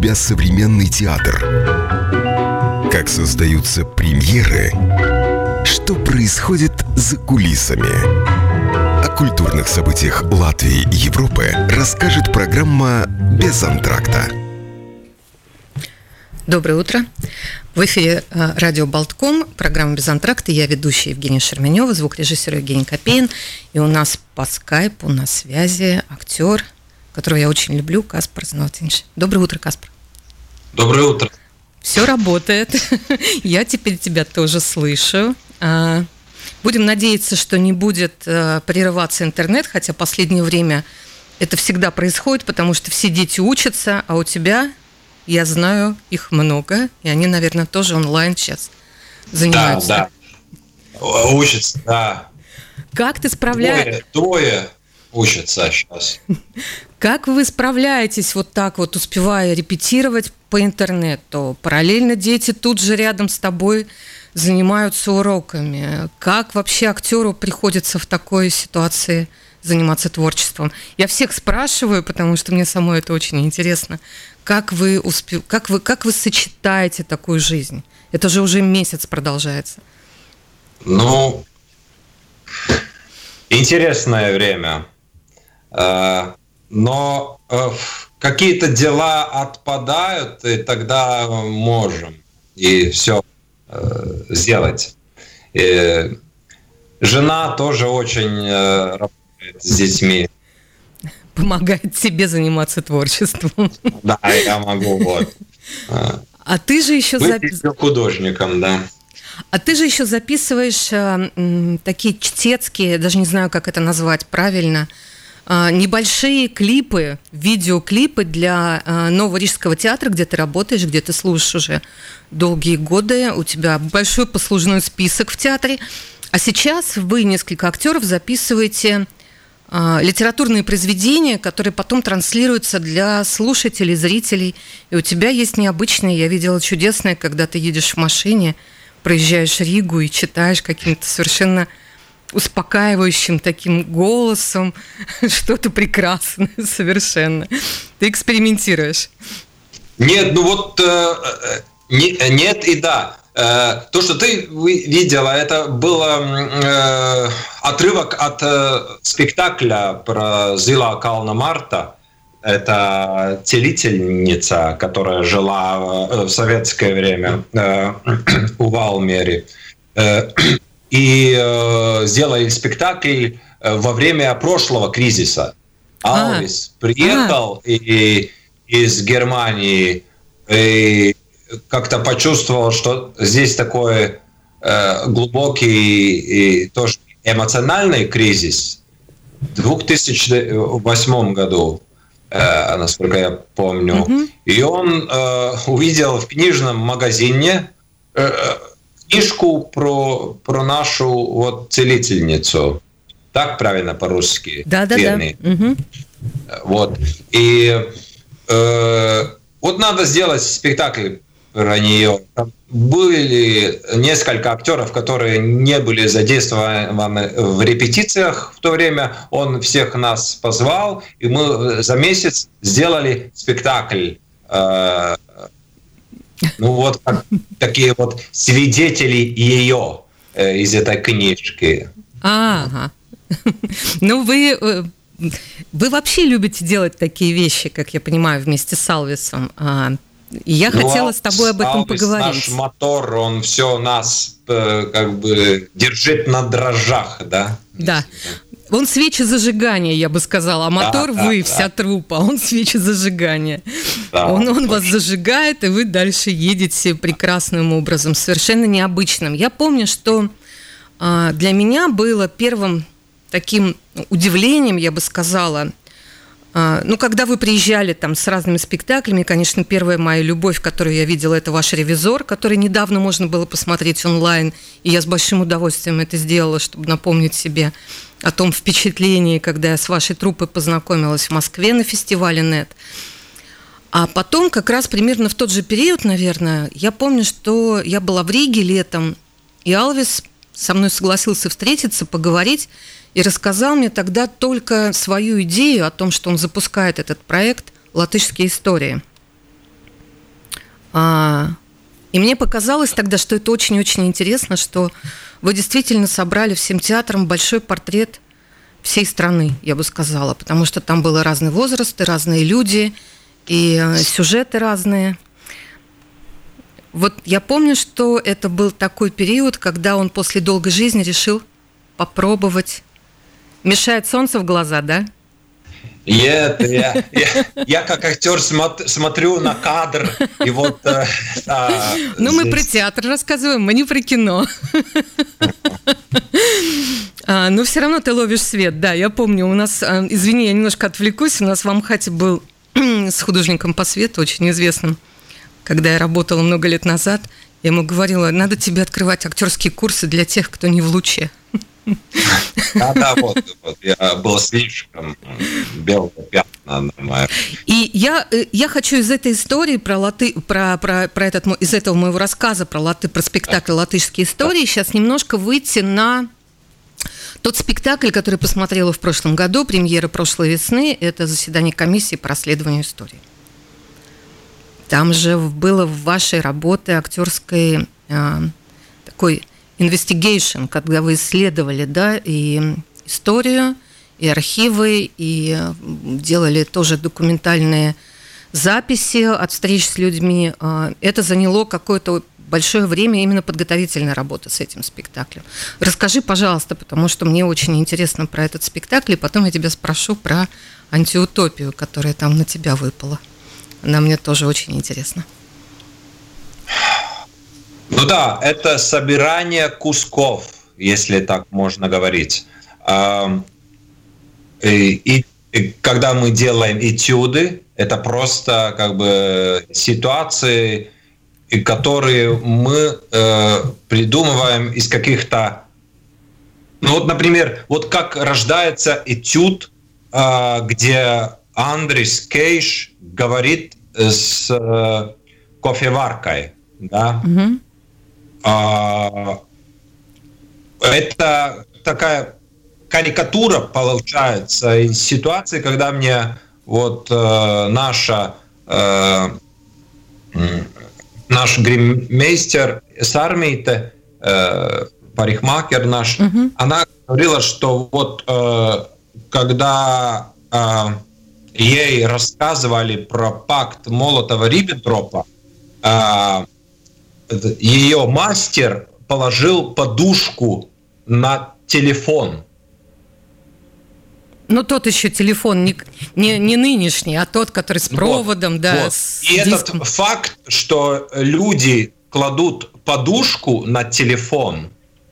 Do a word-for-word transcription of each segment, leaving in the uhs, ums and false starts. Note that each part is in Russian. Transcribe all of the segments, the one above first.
себя современный театр? Как создаются премьеры? Что происходит за кулисами? О культурных событиях Латвии и Европы расскажет программа «Без антракта». Доброе утро. В эфире радио Болтком, программа «Без антракта». Я ведущая Евгения Шерменева, звукорежиссер Евгений Копейн. И у нас по скайпу на связи актер, которого я очень люблю, Каспар Знотинш. Доброе утро, Каспар. Доброе утро. Все работает. Я теперь тебя тоже слышу. Будем надеяться, что не будет прерываться интернет, хотя в последнее время это всегда происходит, потому что все дети учатся, а у тебя... Я знаю, их много, и они, наверное, тоже онлайн сейчас занимаются. Да, да. Учатся, да. Как ты справляешься? Двое, двое учатся сейчас. Как вы справляетесь вот так вот, успевая репетировать по интернету? Параллельно дети тут же рядом с тобой занимаются уроками. Как вообще актеру приходится в такой ситуации заниматься творчеством? Я всех спрашиваю, потому что мне самой это очень интересно. Как вы, успе... как вы, как вы сочетаете такую жизнь? Это же уже месяц продолжается. Ну, интересное время. Но какие-то дела отпадают, и тогда можем и все сделать. И жена тоже очень работает с детьми. Помогает тебе заниматься творчеством. Да, я могу, вот. А ты же еще записываешь... художником, да. А ты же еще записываешь а, м, такие чтецкие, даже не знаю, как это назвать правильно, а, небольшие клипы, видеоклипы для а, Нового Рижского театра, где ты работаешь, где ты служишь уже долгие годы. У тебя большой послужной список в театре. А сейчас вы, несколько актеров, записываете... литературные произведения, которые потом транслируются для слушателей, зрителей. И у тебя есть необычное, я видела чудесное, когда ты едешь в машине, проезжаешь Ригу и читаешь каким-то совершенно успокаивающим таким голосом что-то прекрасное совершенно. Ты экспериментируешь. Нет, ну вот э, не, нет и да. То, что ты видела, это был э, отрывок от э, спектакля про Зила Кална Марта. Это целительница, которая жила в советское время э, у Валмери. Э, и э, сделали спектакль во время прошлого кризиса. Алвис а, приехал а. И, и, из Германии и как-то почувствовал, что здесь такой э, глубокий и тоже эмоциональный кризис. В две тысячи восьмом году, э, насколько я помню, mm-hmm. и он э, увидел в книжном магазине э, книжку про, про нашу вот целительницу. Так правильно по-русски? Да-да-да. Mm-hmm. Вот. И э, вот надо сделать спектакль про нее. Там были несколько актеров, которые не были задействованы в репетициях в то время. Он всех нас позвал, и мы за месяц сделали спектакль. Ну вот как, такие вот свидетели ее из этой книжки. Ага. Ну вы... Вы вообще любите делать такие вещи, как я понимаю, вместе с Алвисом. И я ну, хотела с тобой об этом Алвис, поговорить. Наш мотор, он все нас как бы держит на дрожжах, да? Да. Он свечи зажигания, я бы сказала, а мотор да, вы, да, вся да. труппа, он свечи зажигания. Да, он он вас зажигает, и вы дальше едете прекрасным образом, совершенно необычным. Я помню, что а, для меня было первым таким удивлением, я бы сказала, ну, когда вы приезжали там с разными спектаклями, конечно, первая моя любовь, которую я видела, это ваш «Ревизор», который недавно можно было посмотреть онлайн, и я с большим удовольствием это сделала, чтобы напомнить себе о том впечатлении, когда я с вашей труппой познакомилась в Москве на фестивале «Нет». А потом, как раз примерно в тот же период, наверное, я помню, что я была в Риге летом, и Алвис со мной согласился встретиться, поговорить, и рассказал мне тогда только свою идею о том, что он запускает этот проект «Латышские истории». И мне показалось тогда, что это очень-очень интересно, что вы действительно собрали всем театром большой портрет всей страны, я бы сказала, потому что там были разные возрасты, разные люди и сюжеты разные. Вот я помню, что это был такой период, когда он после долгой жизни решил попробовать. Мешает солнце в глаза, да? Нет, я, я, я как актер смотр, смотрю на кадр, и вот... А, ну, здесь... мы про театр рассказываем, мы не про кино. а, но все равно ты ловишь свет, да, я помню, у нас, извини, я немножко отвлекусь, у нас в Амхате был с художником по свету, очень известным, когда я работала много лет назад, я ему говорила, надо тебе открывать актерские курсы для тех, кто не в луче. Да, да, вот, вот, я был слишком белого пятна. И я, я хочу из этой истории про латы, про, про, про этот, из этого моего рассказа про латы, про спектакль «Латышские истории» да. сейчас немножко выйти на тот спектакль, который посмотрела в прошлом году, премьера прошлой весны, это заседание комиссии по расследованию истории. Там же было в вашей работе актерской э, такой investigation, когда вы исследовали, да, и историю, и архивы, и делали тоже документальные записи от встреч с людьми. Это заняло какое-то большое время именно подготовительной работы с этим спектаклем. Расскажи, пожалуйста, потому что мне очень интересно про этот спектакль, и потом я тебя спрошу про антиутопию, которая там на тебя выпала. Она мне тоже очень интересна. Ну да, это собирание кусков, если так можно говорить. И, и когда мы делаем этюды, это просто как бы ситуации, которые мы э, придумываем из каких-то... Ну вот, например, вот как рождается этюд, э, где Андрис Кейш говорит с э, кофеваркой, да? Mm-hmm. Это такая карикатура получается из ситуации, когда мне вот э, наша э, наш гриммейстер Сармейте, э, парикмахер наш, uh-huh. она говорила, что вот э, когда э, ей рассказывали про пакт Молотова-Риббентропа, э, ее мастер положил подушку на телефон. Ну, тот еще телефон не, не, не нынешний, а тот, который с проводом, вот, да. Вот. С И диском. Этот факт, что люди кладут подушку на телефон,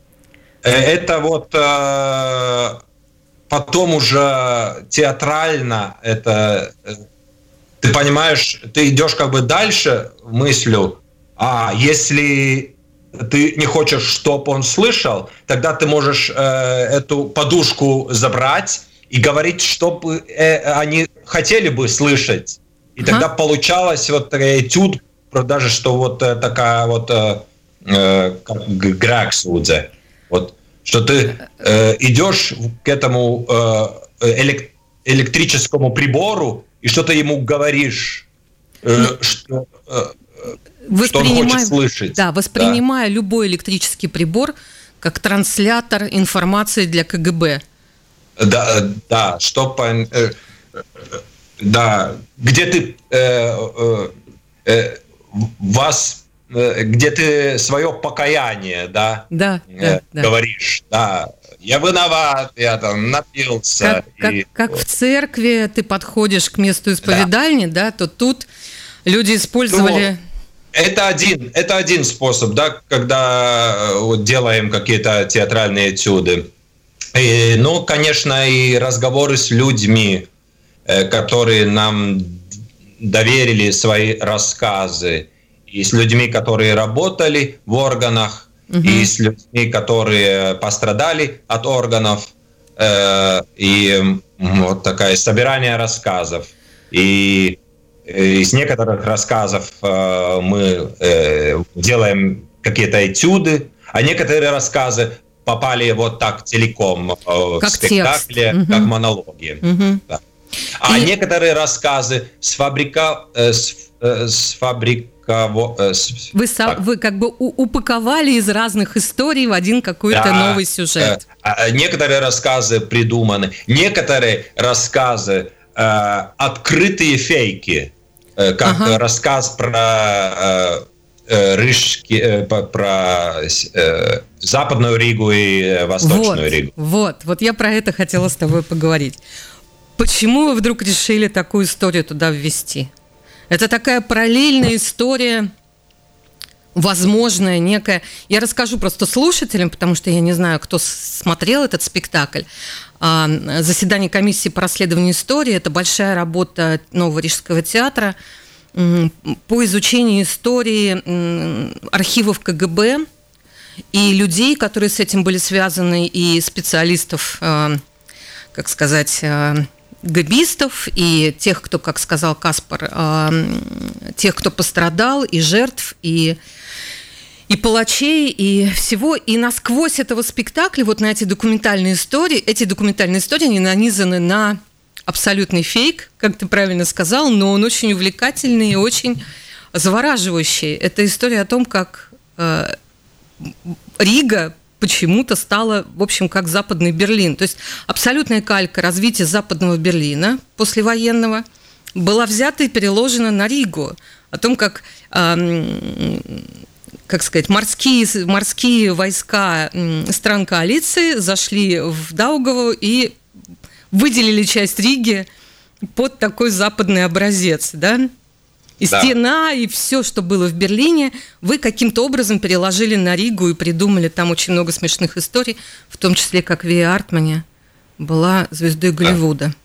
это вот э, потом уже театрально, это ты понимаешь, ты идешь как бы дальше мыслью, а если ты не хочешь, чтобы он слышал, тогда ты можешь э, эту подушку забрать и говорить, чтобы э, они хотели бы слышать. И ага. тогда получалось вот этюд, даже что вот э, такая вот э, как граксудзе, вот, что ты э, идешь к этому э, элек, электрическому прибору и что-то ему говоришь, э, что... Э, что он хочет слышать. Да, воспринимая да. любой электрический прибор как транслятор информации для ка гэ бэ. Да, да, что э, э, да, где ты э, э, вас, э, где ты свое покаяние, да, да, э, да говоришь, да. да, я виноват, я там напился. Как, и... как, как в церкви ты подходишь к месту исповедальни, да, да то тут люди использовали. Ну, Это один, это один способ, да, когда вот делаем какие-то театральные этюды. И, ну, конечно, и разговоры с людьми, которые нам доверили свои рассказы, и с людьми, которые работали в органах, угу. и с людьми, которые пострадали от органов, э, и вот такое собирание рассказов. И из некоторых рассказов э, мы э, делаем какие-то этюды, а некоторые рассказы попали вот так целиком э, в спектакле, угу. как монологи. Угу. Да. А и... некоторые рассказы сфабрика... с... сфабриково... Вы, со... вы как бы упаковали из разных историй в один какой-то да. новый сюжет. Некоторые рассказы придуманы, некоторые рассказы э, открытые фейки, э, как ага. рассказ про э, Рижки, э, про э, Западную Ригу и Восточную вот, Ригу. Вот, вот я про это хотела с тобой поговорить. Почему вы вдруг решили такую историю туда ввести? Это такая параллельная история, возможная, некая... Я расскажу просто слушателям, потому что я не знаю, кто смотрел этот спектакль. «Заседание комиссии по расследованию истории» – это большая работа Нового Рижского театра по изучению истории архивов ка гэ бэ и людей, которые с этим были связаны, и специалистов, как сказать... гэбистов и тех, кто, как сказал Каспар, тех, кто пострадал, и жертв, и, и палачей, и всего. И насквозь этого спектакля, вот на эти документальные истории, эти документальные истории, они нанизаны на абсолютный фейк, как ты правильно сказал, но он очень увлекательный и очень завораживающий. Это история о том, как э, Рига почему-то стала, в общем, как Западный Берлин. То есть абсолютная калька развития Западного Берлина послевоенного была взята и переложена на Ригу. О том, как, э, как сказать, морские, морские войска стран коалиции зашли в Даугаву и выделили часть Риги под такой западный образец, да? И да. стена, и все, что было в Берлине, вы каким-то образом переложили на Ригу и придумали там очень много смешных историй, в том числе, как Вия Артмане была звездой Голливуда.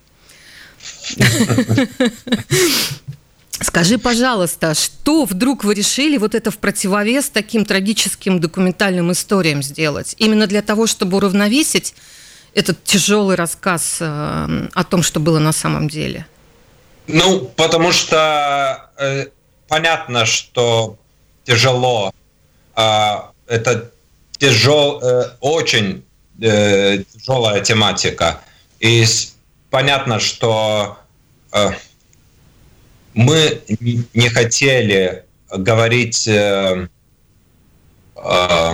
Скажи, пожалуйста, что вдруг вы решили вот это в противовес таким трагическим документальным историям сделать? Именно для того, чтобы уравновесить этот тяжелый рассказ о том, что было на самом деле? Ну, потому что э, понятно, что тяжело. Э, это тяжел, э, очень э, тяжелая тематика. И понятно, что э, мы не хотели говорить э, э,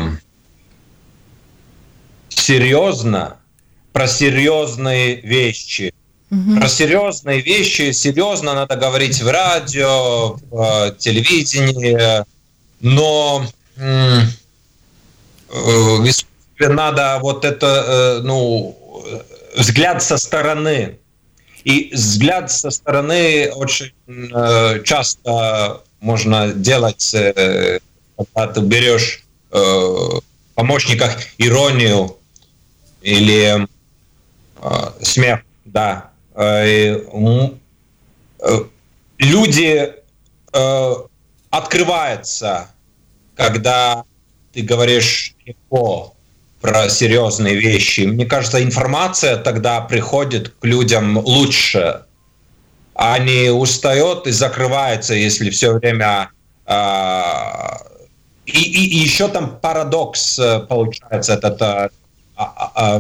серьезно про серьезные вещи. Mm-hmm. Про серьезные вещи серьезно надо говорить в радио, в телевидении, но э, э, надо вот это, э, ну, взгляд со стороны. И взгляд со стороны очень э, часто можно делать, э, когда ты берешь э, в помощниках иронию или э, смех, да. Люди э, открываются, когда ты говоришь легко про серьезные вещи. Мне кажется, информация тогда приходит к людям лучше. Они устают и закрываются, если все время... Э, и, и, и еще там парадокс получается, этот, э, э,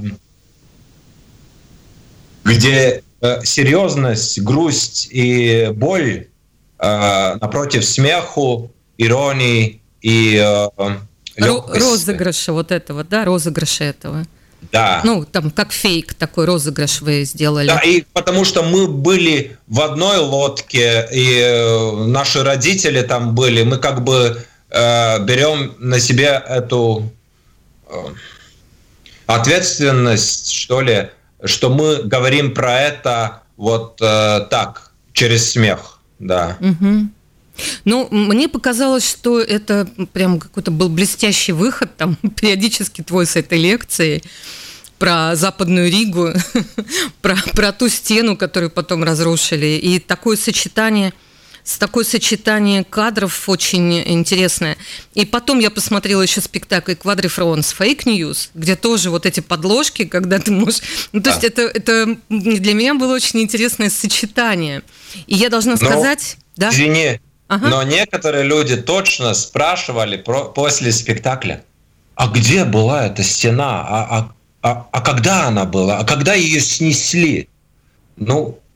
где серьезность, грусть и боль э, напротив смеху, иронии и э, легкости. Розыгрыша вот этого, да, розыгрыша этого. Да. Ну, там как фейк такой розыгрыш вы сделали. Да, и потому что мы были в одной лодке, и э, наши родители там были, мы как бы э, берем на себя эту э, ответственность, что ли, что мы говорим про это вот э, так, через смех, да. Угу. Ну, мне показалось, что это прям какой-то был блестящий выход, там, периодически твой с этой лекцией про Западную Ригу, про, про ту стену, которую потом разрушили, и такое сочетание... Такое сочетание кадров очень интересное. И потом я посмотрела еще спектакль «Квадри Фронс Фейк Ньюс», где тоже вот эти подложки, когда ты можешь... Ну, то да. есть это, это для меня было очень интересное сочетание. И я должна сказать... Но, да? Извини, ага. но некоторые люди точно спрашивали про, после спектакля, а где была эта стена? А, а, а, а когда она была? А когда ее снесли? Ну,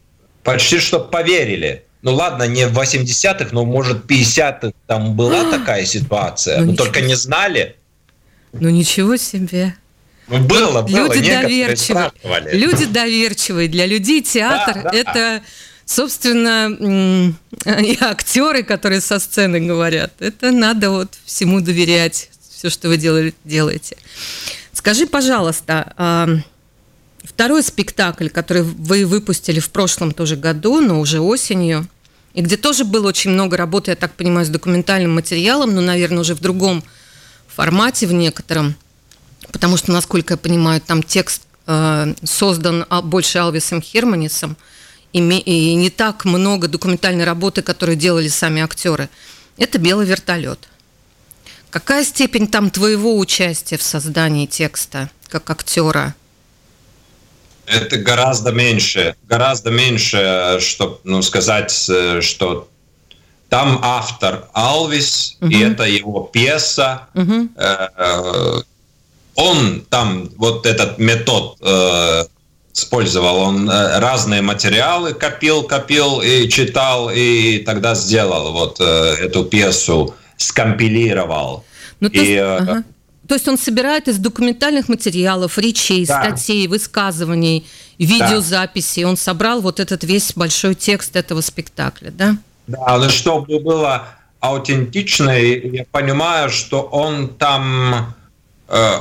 почти что поверили. Ну ладно, не в восьмидесятых, но может в пятидесятых там была такая ситуация, но только не знали. Ну ничего себе. Ну, было, было. Люди доверчивые. Люди доверчивые. Для людей театр да, да. это, собственно, и актеры, которые со сцены говорят. Это надо вот всему доверять, все, что вы делаете. Скажи, пожалуйста, второй спектакль, который вы выпустили в прошлом тоже году, но уже осенью, и где тоже было очень много работы, я так понимаю, с документальным материалом, но, наверное, уже в другом формате, в некотором, потому что, насколько я понимаю, там текст э, создан больше Алвисом Херманисом, и, и не так много документальной работы, которую делали сами актеры. Это «Белый вертолет». Какая степень там твоего участия в создании текста, как актера? Это гораздо меньше, гораздо меньше, чтобы ну, сказать, что там автор Алвис, uh-huh. и это его пьеса. Uh-huh. Он там вот этот метод использовал, он разные материалы копил, копил и читал, и тогда сделал вот эту пьесу, скомпилировал. Ну, то, и, есть, ага. то есть он собирает из документальных материалов, речей, да. статей, высказываний, видеозаписей. Да. Он собрал вот этот весь большой текст этого спектакля, да? Да, но чтобы было аутентично, я понимаю, что он там э,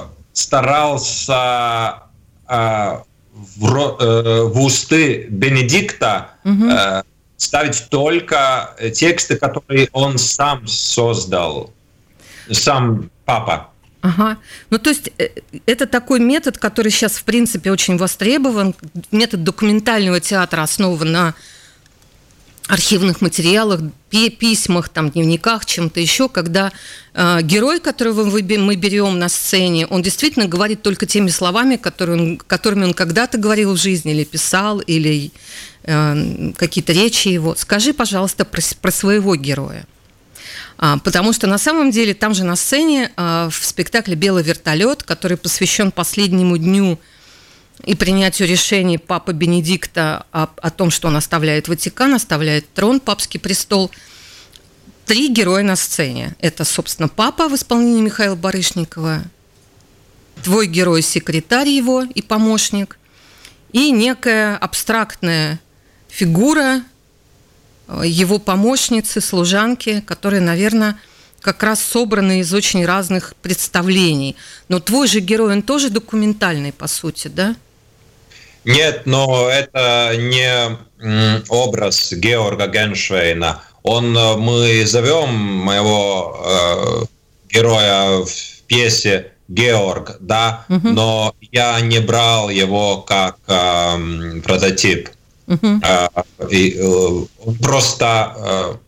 старался э, в, э, в усты Бенедикта угу. э, ставить только тексты, которые он сам создал, сам папа. Ага. Ну, то есть это такой метод, который сейчас, в принципе, очень востребован. Метод документального театра основан на архивных материалах, письмах, там, дневниках, чем-то еще, когда э, герой, которого мы берем на сцене, он действительно говорит только теми словами, которые он, которыми он когда-то говорил в жизни, или писал, или э, какие-то речи его. Скажи, пожалуйста, про, про своего героя. А, потому что на самом деле там же на сцене а, в спектакле «Белый вертолет», который посвящен последнему дню и принятию решений Папы Бенедикта о, о том, что он оставляет Ватикан, оставляет трон, папский престол. Три героя на сцене. Это, собственно, Папа в исполнении Михаила Барышникова, твой герой, секретарь его и помощник, и некая абстрактная фигура его помощницы, служанки, которые, наверное, как раз собраны из очень разных представлений. Но твой же герой, он тоже документальный, по сути, да? Нет, но это не образ Георга Геншвейна. Он, мы зовем моего э, героя в пьесе Георг, да, угу. но я не брал его как э, прототип. Uh-huh. Uh, и, uh, просто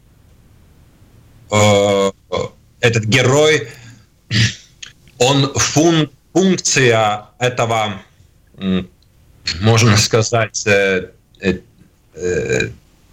uh, uh, этот герой, он фун, функция этого, можно сказать, э, э, э,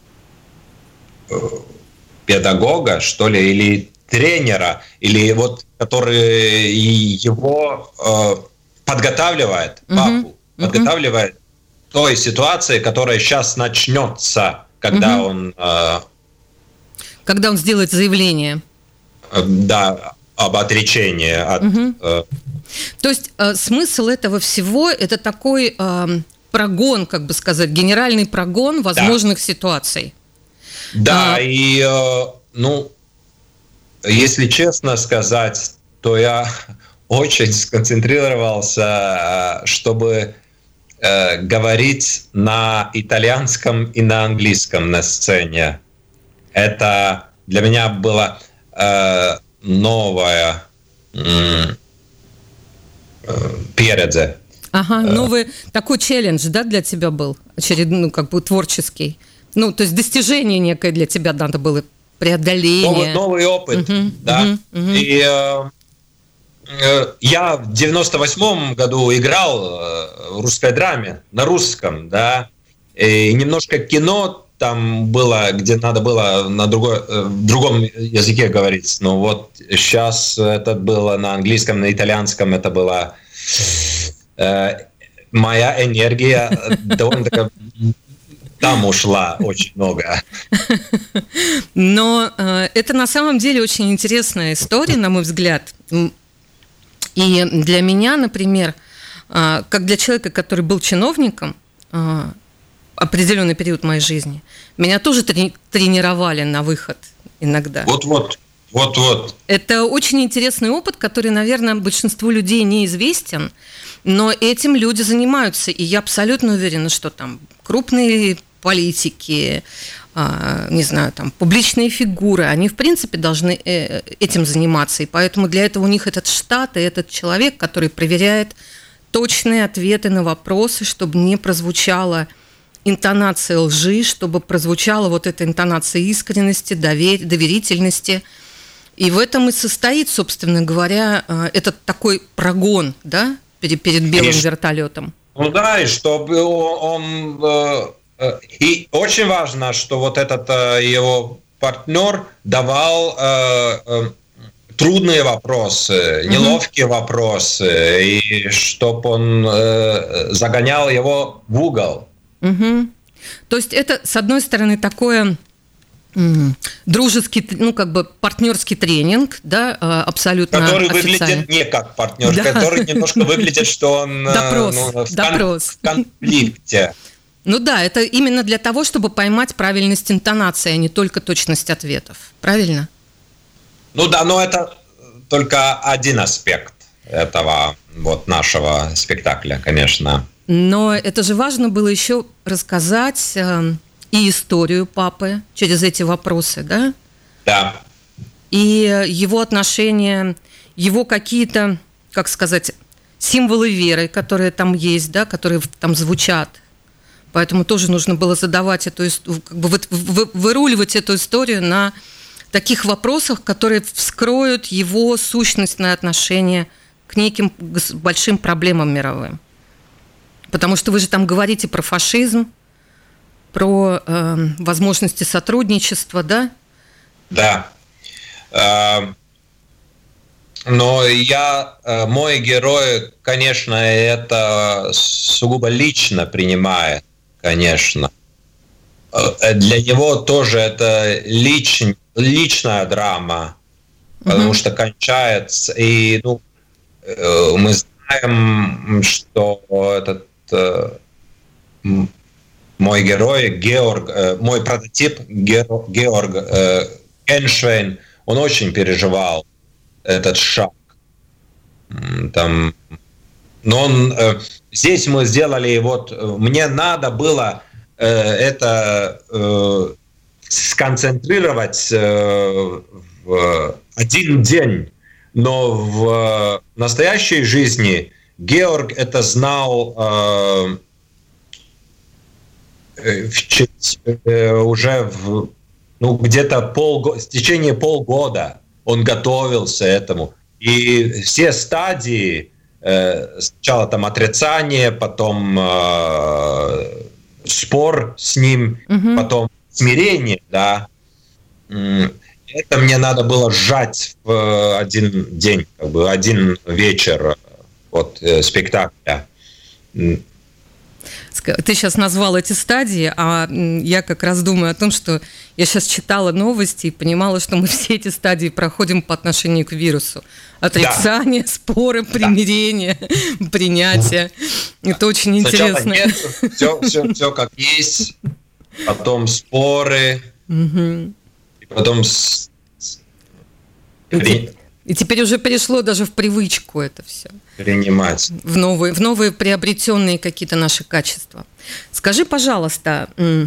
педагога, что ли, или тренера, или вот который его э, подготавливает, папу, uh-huh. Uh-huh. подготавливает той ситуации, которая сейчас начнется, когда угу. он... Э, когда он сделает заявление. Э, да, об отречении. От, угу. э, То есть э, смысл этого всего – это такой э, прогон, как бы сказать, генеральный прогон возможных да. ситуаций. Да, а... и, э, ну, если честно сказать, то я очень сконцентрировался, чтобы... говорить на итальянском и на английском на сцене. Это для меня было э, новое э, передзе. Ага, новый такой челлендж, да, для тебя был очередной, ну, как бы творческий. Ну, то есть достижение некое для тебя надо было, преодоление. Новый, новый опыт, uh-huh, да. Uh-huh, uh-huh. И э, я в девяносто восьмом году играл в русской драме, на русском, да, и немножко кино там было, где надо было на другой, в другом языке говорить, но вот сейчас это было на английском, на итальянском, это была э, моя энергия довольно такая там ушла очень много. Но э, это на самом деле очень интересная история, на мой взгляд. И для меня, например, э, как для человека, который был чиновником э, определенный период моей жизни, меня тоже трени- тренировали на выход иногда. Вот-вот. Вот-вот. Это очень интересный опыт, который, наверное, большинству людей неизвестен, но этим люди занимаются. И я абсолютно уверена, что там крупные политики, не знаю, там публичные фигуры, они, в принципе, должны этим заниматься. И поэтому для этого у них этот штат и этот человек, который проверяет точные ответы на вопросы, чтобы не прозвучала интонация лжи, чтобы прозвучала вот эта интонация искренности, довер- доверительности. И в этом и состоит, собственно говоря, этот такой прогон, да, перед, перед белым и, вертолетом. Ну да, и чтобы он... он и очень важно, что вот этот его партнер давал трудные вопросы, неловкие mm-hmm. вопросы, и чтобы он загонял его в угол. Mm-hmm. То есть это, с одной стороны, такое... дружеский, ну, как бы партнерский тренинг, да, абсолютно который официально. Выглядит не как партнер, да. Который немножко выглядит, что он допрос, ну, в, допрос. в конфликте. Ну да, это именно для того, чтобы поймать правильность интонации, а не только точность ответов. Правильно? Ну да, но это только один аспект этого вот нашего спектакля, конечно. Но это же важно было еще рассказать... и историю папы через эти вопросы, да? Да. И его отношения, его какие-то, как сказать, символы веры, которые там есть, да, которые там звучат. Поэтому тоже нужно было задавать эту, как бы выруливать эту историю на таких вопросах, которые вскроют его сущностное отношение к неким большим проблемам мировым. Потому что вы же там говорите про фашизм, про э, возможности сотрудничества, да? Да. Э, но я, э, мой герой, конечно, это сугубо лично принимает, конечно. Э, для него тоже это лич, личная драма, потому угу. что кончается, и ну, э, мы знаем, что этот... Э, мой герой, Георг, э, мой прототип Георг, Георг э, Эншвейн, он очень переживал этот шаг. Там, но он, э, здесь мы сделали, вот мне надо было э, это э, сконцентрировать э, в один день, но в настоящей жизни Георг это знал э, В, уже в, ну, где-то полго, в течение полгода он готовился этому. И все стадии, э, сначала там отрицание, потом э, спор с ним, угу. потом смирение, да. Это мне надо было сжать в один день, как бы один вечер от э, спектакля. Ты сейчас назвал эти стадии, а я как раз думаю о том, что я сейчас читала новости и понимала, что мы все эти стадии проходим по отношению к вирусу. Отрицание, да. споры, примирение, да. принятие. Да. Это очень Сначала интересно. Нет, все, все, все как есть, потом споры, угу. и потом... С... И, и теперь уже перешло даже в привычку это все. Принимать. В новые, в новые приобретенные какие-то наши качества. Скажи, пожалуйста,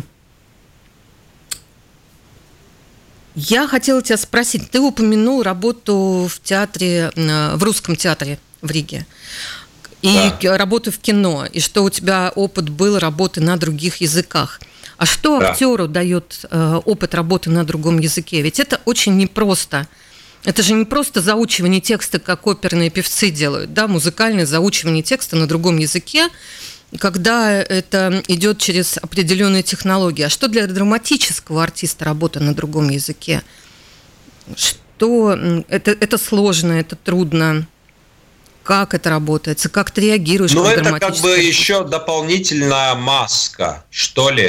я хотела тебя спросить, ты упомянул работу в театре, в Русском театре в Риге, и да. работу в кино, и что у тебя опыт был работы на других языках. А что да. актеру дает опыт работы на другом языке? Ведь это очень непросто. Это же не просто заучивание текста, как оперные певцы делают, да, музыкальное заучивание текста на другом языке, когда это идет через определенные технологии. А что для драматического артиста работа на другом языке? Что это, это сложно, это трудно. Как это работает? Как ты реагируешь? Ну, это как бы еще дополнительная маска, что ли.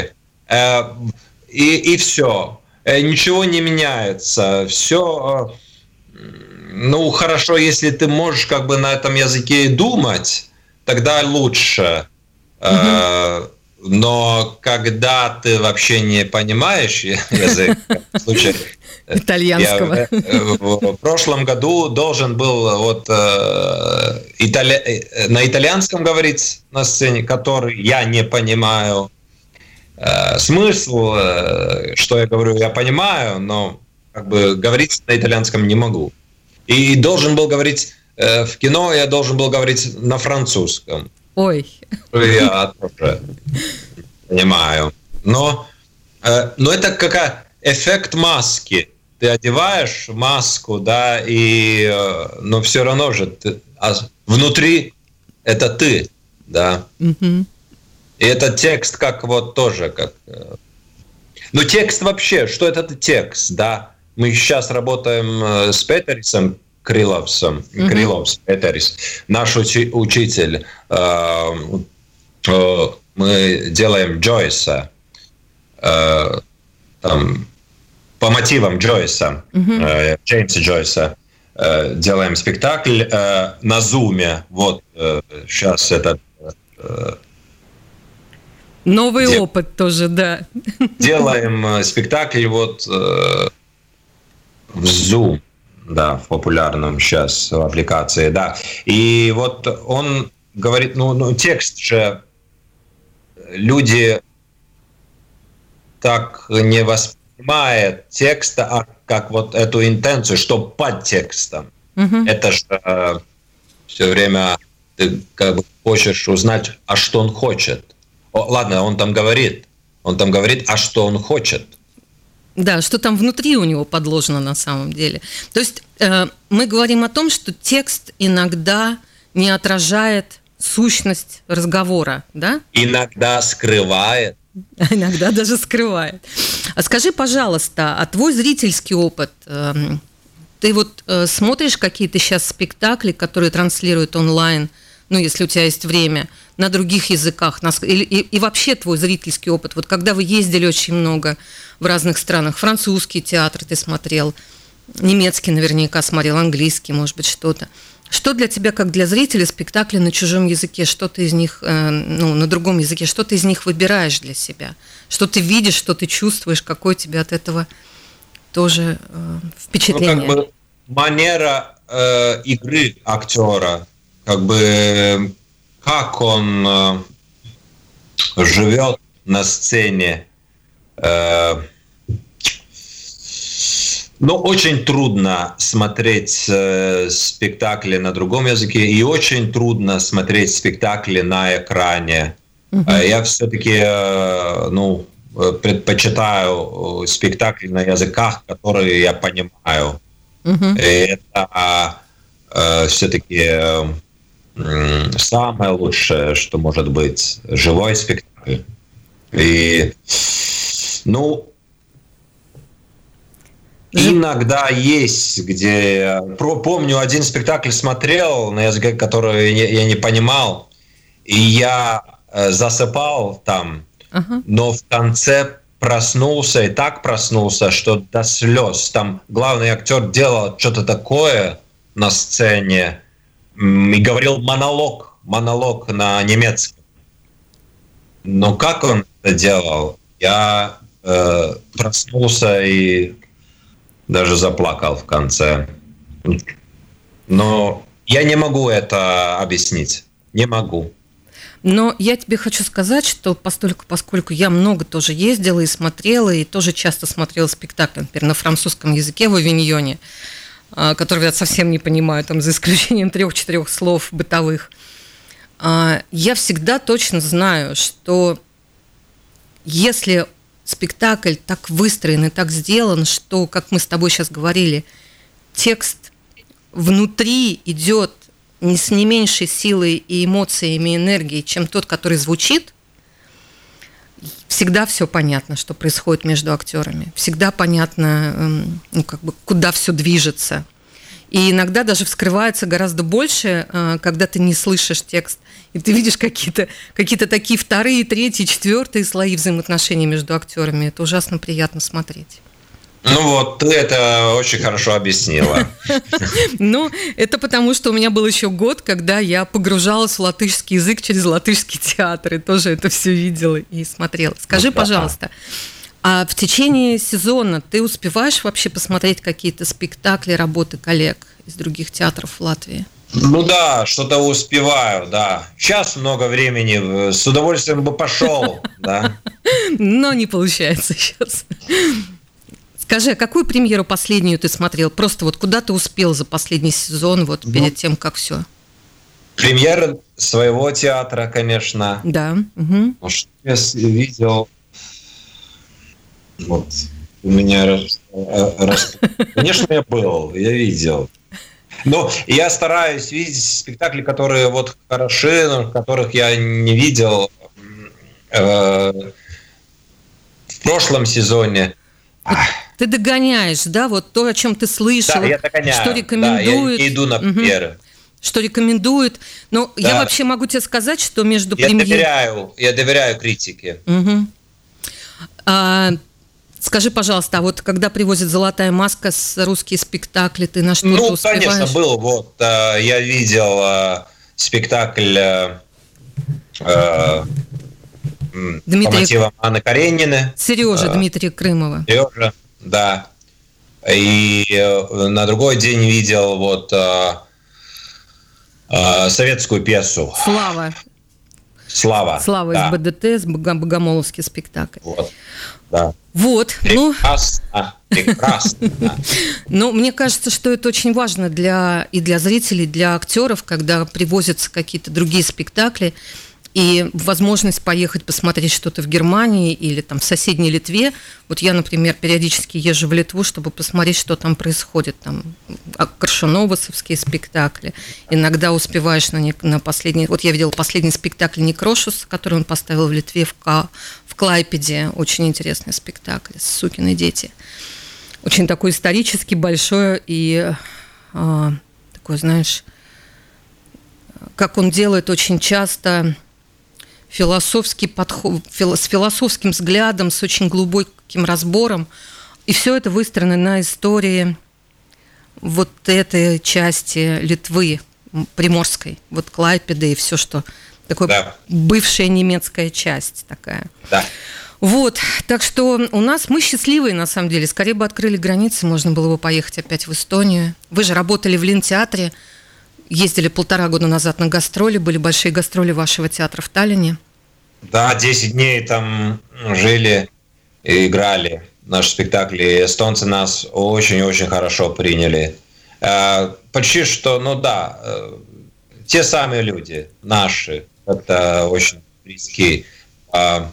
и, и все. Ничего не меняется. Все, ну, хорошо, если ты можешь как бы на этом языке думать, тогда лучше. Mm-hmm. Но когда ты вообще не понимаешь язык, в случае итальянского, я в прошлом году должен был вот итали... на итальянском говорить на сцене, который я не понимаю. Смысл, что я говорю, я понимаю, но как бы говорить на итальянском не могу. И должен был говорить в кино, я должен был говорить на французском. Ой. Я тоже понимаю. Но, но это как эффект маски. Ты одеваешь маску, да, и, но все равно же ты, а внутри это ты, да. Mm-hmm. И этот текст как вот тоже как... Ну, текст вообще, что это текст, да? Мы сейчас работаем с Петерисом Криловсом, mm-hmm. Криловс, Петерис, наш учи- учитель. Э, э, мы делаем Джойса, э, там, по мотивам Джойса, mm-hmm. э, Джеймса Джойса. Э, делаем спектакль э, на Зуме. Вот э, сейчас этот... Э, Новый Де- опыт тоже, да. Делаем спектакль вот э, в Zoom, да, в популярном сейчас в аппликации, да. И вот он говорит, ну, ну текст же люди так не воспринимают текста, а как вот эту интенцию, что под текстом. Угу. Это же э, все время ты как бы хочешь узнать, а что он хочет. Ладно, он там говорит, он там говорит, а что он хочет. Да, что там внутри у него подложено на самом деле. То есть э, мы говорим о том, что текст иногда не отражает сущность разговора, да? Иногда скрывает. Иногда даже скрывает. А скажи, пожалуйста, а твой зрительский опыт, э, ты вот э, смотришь какие-то сейчас спектакли, которые транслируют онлайн, ну, если у тебя есть время, на других языках, на, и, и, и вообще твой зрительский опыт, вот когда вы ездили очень много в разных странах, французский театр ты смотрел, немецкий наверняка смотрел, английский, может быть, что-то. Что для тебя, как для зрителя, спектакли на чужом языке, что ты из них, э, ну, на другом языке, что ты из них выбираешь для себя? Что ты видишь, что ты чувствуешь, какое тебе от этого тоже э, впечатление? Ну, как бы манера э, игры актера, как бы как он э, живет на сцене. Э, ну, очень трудно смотреть э, спектакли на другом языке, и очень трудно смотреть спектакли на экране. Uh-huh. Я все-таки э, ну, предпочитаю спектакли на языках, которые я понимаю. Uh-huh. И это э, все-таки... Э, самое лучшее, что может быть, живой спектакль. И, ну, иногда есть, где... Помню, один спектакль смотрел на языке, который я не понимал, и я засыпал там, uh-huh. но в конце проснулся, и так проснулся, что до слез. Там главный актер делал что-то такое на сцене, и говорил монолог, монолог на немецком. Но как он это делал? Я э, проснулся и даже заплакал в конце. Но я не могу это объяснить. Не могу. Но я тебе хочу сказать, что поскольку, поскольку я много тоже ездила и смотрела, и тоже часто смотрела спектакли, например, на французском языке в Авиньоне, который я совсем не понимаю, там, за исключением трех-четырех слов бытовых, я всегда точно знаю, что если спектакль так выстроен и так сделан, что, как мы с тобой сейчас говорили, текст внутри идет не с не меньшей силой и эмоциями, и энергией, чем тот, который звучит, всегда все понятно, что происходит между актерами. Всегда понятно, ну, как бы, куда все движется. И иногда даже вскрывается гораздо больше, когда ты не слышишь текст. И ты видишь какие-то, какие-то такие вторые, третьи, четвертые слои взаимоотношений между актерами. Это ужасно приятно смотреть. Ну вот, ты это очень хорошо объяснила. Ну, это потому, что у меня был еще год, когда я погружалась в латышский язык через латышский театр, и тоже это все видела и смотрела. Скажи, пожалуйста, а в течение сезона ты успеваешь вообще посмотреть какие-то спектакли, работы коллег из других театров в Латвии? Ну да, что-то успеваю, да. Сейчас много времени, с удовольствием бы пошел, да. Но не получается сейчас. Скажи, а какую премьеру последнюю ты смотрел? Просто вот куда ты успел за последний сезон, вот ну, перед тем, как все? Премьера своего театра, конечно. Да. Угу. Может, я видел... Вот, у меня... Конечно, я был, я видел. Но я стараюсь видеть спектакли, которые вот хороши, которых я не видел э, в прошлом сезоне. Ты догоняешь, да, вот то, о чем ты слышал, да, я догоняю, что рекомендуют. Да, я иду на премьеры. Угу. Что рекомендуют. Но да. Я вообще могу тебе сказать, что между я премьерами... Доверяю, я доверяю критике. Угу. А, скажи, пожалуйста, а вот когда привозят «Золотая маска» с русские спектакли, ты на что-то ну, успеваешь? Ну, конечно, был. Вот, я видел спектакль Дмитрий... по мотивам Анны Каренины. Сережа Дмитрия Крымова. Сережа, да. И на другой день видел вот а, а, советскую пьесу. Слава. Слава. Слава да. из БДТ, с Богомоловский спектакль. Вот, да. Вот. Прекрасно, ну, прекрасно. Ну, мне кажется, что это очень важно для, и для зрителей, для актеров, когда привозятся какие-то другие спектакли, и возможность поехать посмотреть что-то в Германии или там в соседней Литве. Вот я, например, периодически езжу в Литву, чтобы посмотреть, что там происходит. Там Коршуновасовские спектакли. Иногда успеваешь на, не, на последний... Вот я видела последний спектакль Некрошус, который он поставил в Литве, в, Ка, в Клайпеде. Очень интересный спектакль «Сукины дети». Очень такой исторический, большой и а, такой, знаешь, как он делает очень часто... философский подход, с философским взглядом, с очень глубоким разбором. И все это выстроено на истории вот этой части Литвы, Приморской, вот Клайпеды и все, что такое, да. Бывшая немецкая часть такая. Да. Вот, так что у нас, мы счастливые на самом деле, скорее бы открыли границы, можно было бы поехать опять в Эстонию. Вы же работали в Линтеатре, ездили полтора года назад на гастроли, были большие гастроли вашего театра в Таллине. Да, десять дней там жили и играли наши спектакли. Эстонцы нас очень-очень хорошо приняли. Почти что, ну да, те самые люди, наши, это очень близкие по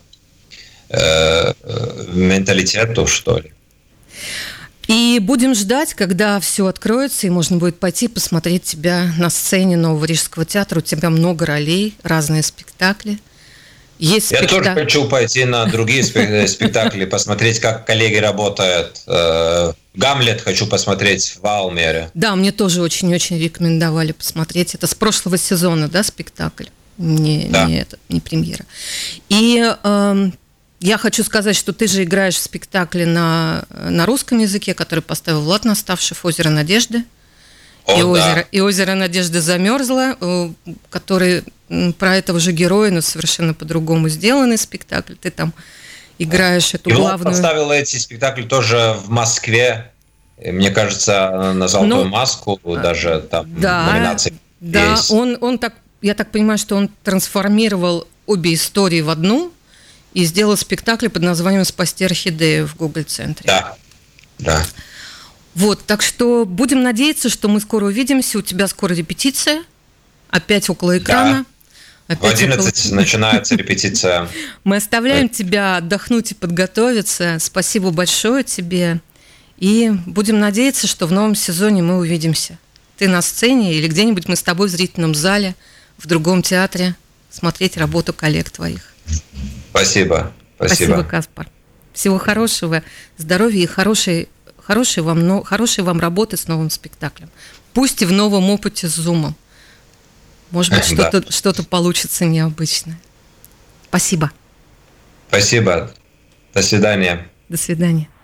менталитету, что ли. И будем ждать, когда все откроется, и можно будет пойти посмотреть тебя на сцене Нового Рижского театра. У тебя много ролей, разные спектакли. Есть Я спектак... тоже хочу пойти на другие спектакли, посмотреть, как коллеги работают. «Гамлет» хочу посмотреть в Валмере. Да, мне тоже очень-очень рекомендовали посмотреть. Это с прошлого сезона, да, спектакль? Не, да. не, это, не премьера. И... Э, Я хочу сказать, что ты же играешь в спектакле на, на русском языке, который поставил Влад Наставшев, «Озеро Надежды». О, и, да. озеро, и «Озеро Надежды» замерзло, который про этого же героя, но совершенно по-другому сделанный спектакль. Ты там играешь эту и главную... Влад поставил эти спектакли тоже в Москве. Мне кажется, на «Золотую ну, маску» даже там да, номинации да, есть. он, он так, я так понимаю, что он трансформировал обе истории в одну и сделал спектакль под названием «Спасти орхидею» в Google-центре. Да, да. Вот, так что будем надеяться, что мы скоро увидимся. У тебя скоро репетиция, опять около экрана. Да. Опять в одиннадцать около... начинается репетиция. Мы оставляем тебя отдохнуть и подготовиться. Спасибо большое тебе. И будем надеяться, что в новом сезоне мы увидимся. Ты на сцене или где-нибудь мы с тобой в зрительном зале, в другом театре смотреть работу коллег твоих. Спасибо. Спасибо. Спасибо, Каспар. Всего хорошего, здоровья и хорошей, хорошей, вам, хорошей вам работы с новым спектаклем. пусть и в новом опыте с Зумом. Может быть, что-то, да. что-то получится необычное. Спасибо. Спасибо. До свидания. До свидания.